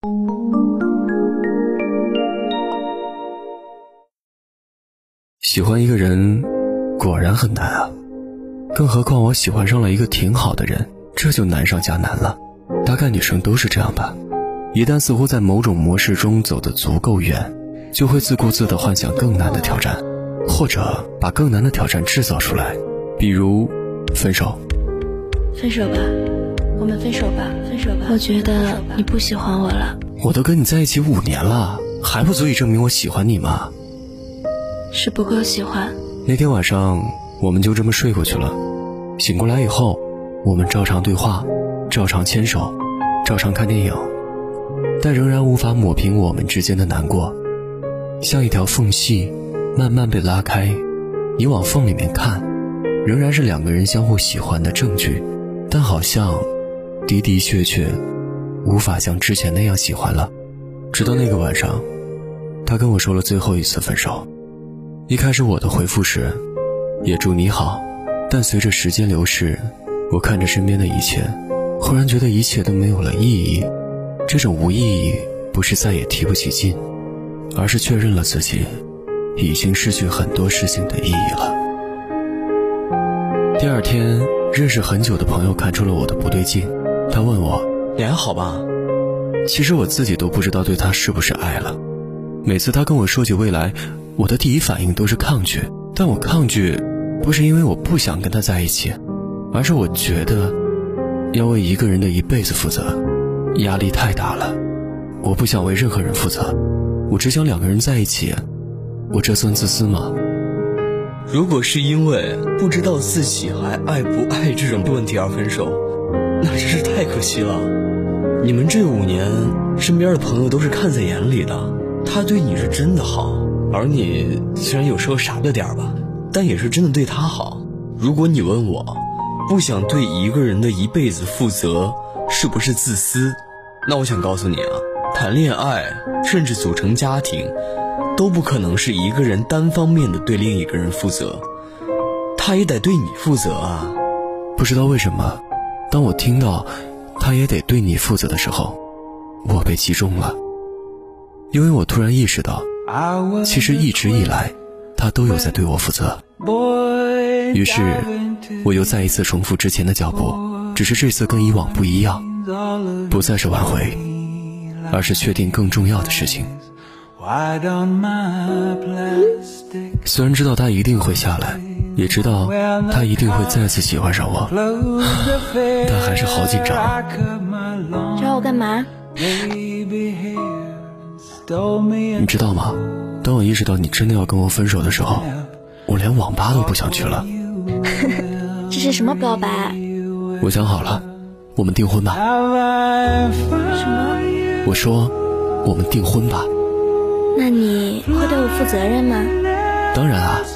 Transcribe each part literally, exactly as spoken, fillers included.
喜欢一个人果然很难啊，更何况我喜欢上了一个挺好的人，这就难上加难了。大概女生都是这样吧，一旦似乎在某种模式中走得足够远，就会自顾自地幻想更难的挑战，或者把更难的挑战制造出来，比如分手。 分手吧，我们分手吧，分手吧。我觉得你不喜欢我了。 我都跟你在一起五年了，还不足以证明我喜欢你吗？ 是不够喜欢。 那天晚上我们就这么睡过去了，醒过来以后，我们照常对话，照常牵手，照常看电影，但仍然无法抹平我们之间的难过，像一条缝隙慢慢被拉开，你往缝里面看，仍然是两个人相互喜欢的证据，但好像的的确确无法像之前那样喜欢了。直到那个晚上，他跟我说了最后一次分手。一开始我的回复是也祝你好，但随着时间流逝，我看着身边的一切，忽然觉得一切都没有了意义。这种无意义不是再也提不起劲，而是确认了自己已经失去很多事情的意义了。第二天，认识很久的朋友看出了我的不对劲，他问我你还好吧？其实我自己都不知道对他是不是爱了。每次他跟我说起未来，我的第一反应都是抗拒，但我抗拒不是因为我不想跟他在一起，而是我觉得要为一个人的一辈子负责，压力太大了。我不想为任何人负责，我只想两个人在一起。我这算自私吗？ 如果是因为不知道自己还爱不爱这种问题而分手，那真是太可惜了。你们这五年身边的朋友都是看在眼里的，他对你是真的好，而你虽然有时候傻了点吧，但也是真的对他好。如果你问我不想对一个人的一辈子负责是不是自私，那我想告诉你啊，谈恋爱甚至组成家庭都不可能是一个人单方面的对另一个人负责，他也得对你负责啊。 不知道为什么，当我听到他也得对你负责的时候，我被击中了。因为我突然意识到，其实一直以来他都有在对我负责。于是我又再一次重复之前的脚步，只是这次跟以往不一样，不再是挽回，而是确定更重要的事情。虽然知道他一定会下来，也知道他一定会再次喜欢上我，但还是好紧张。 找我干嘛？ 你知道吗？当我意识到你真的要跟我分手的时候，我连网吧都不想去了。 这是什么表白？ 我想好了，我们订婚吧。 什么？ 我说我们订婚吧。 那你会对我负责任吗？ 当然啊。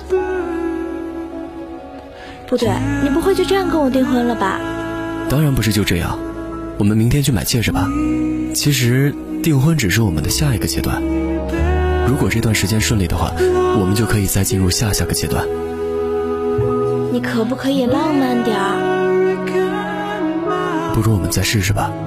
不对，你不会就这样跟我订婚了吧？ 当然不是就这样，我们明天去买戒指吧。其实订婚只是我们的下一个阶段，如果这段时间顺利的话，我们就可以再进入下下个阶段。 你可不可以浪漫点儿？ 不如我们再试试吧。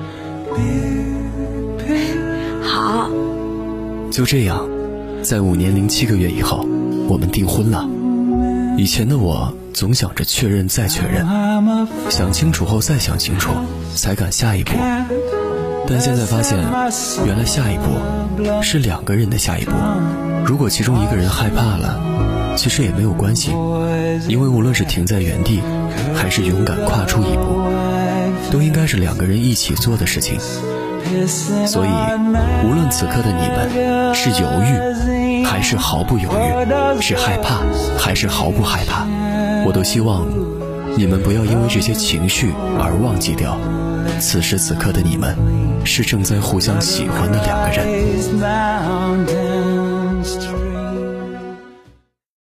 好。 就这样，在五年零七个月以后，我们订婚了。以前的我总想着确认再确认，想清楚后再想清楚，才敢下一步。但现在发现，原来下一步是两个人的下一步。如果其中一个人害怕了，其实也没有关系，因为无论是停在原地，还是勇敢跨出一步，都应该是两个人一起做的事情。所以无论此刻的你们是犹豫还是毫不犹豫，是害怕还是毫不害怕，我都希望你们不要因为这些情绪而忘记掉，此时此刻的你们是正在互相喜欢的两个人。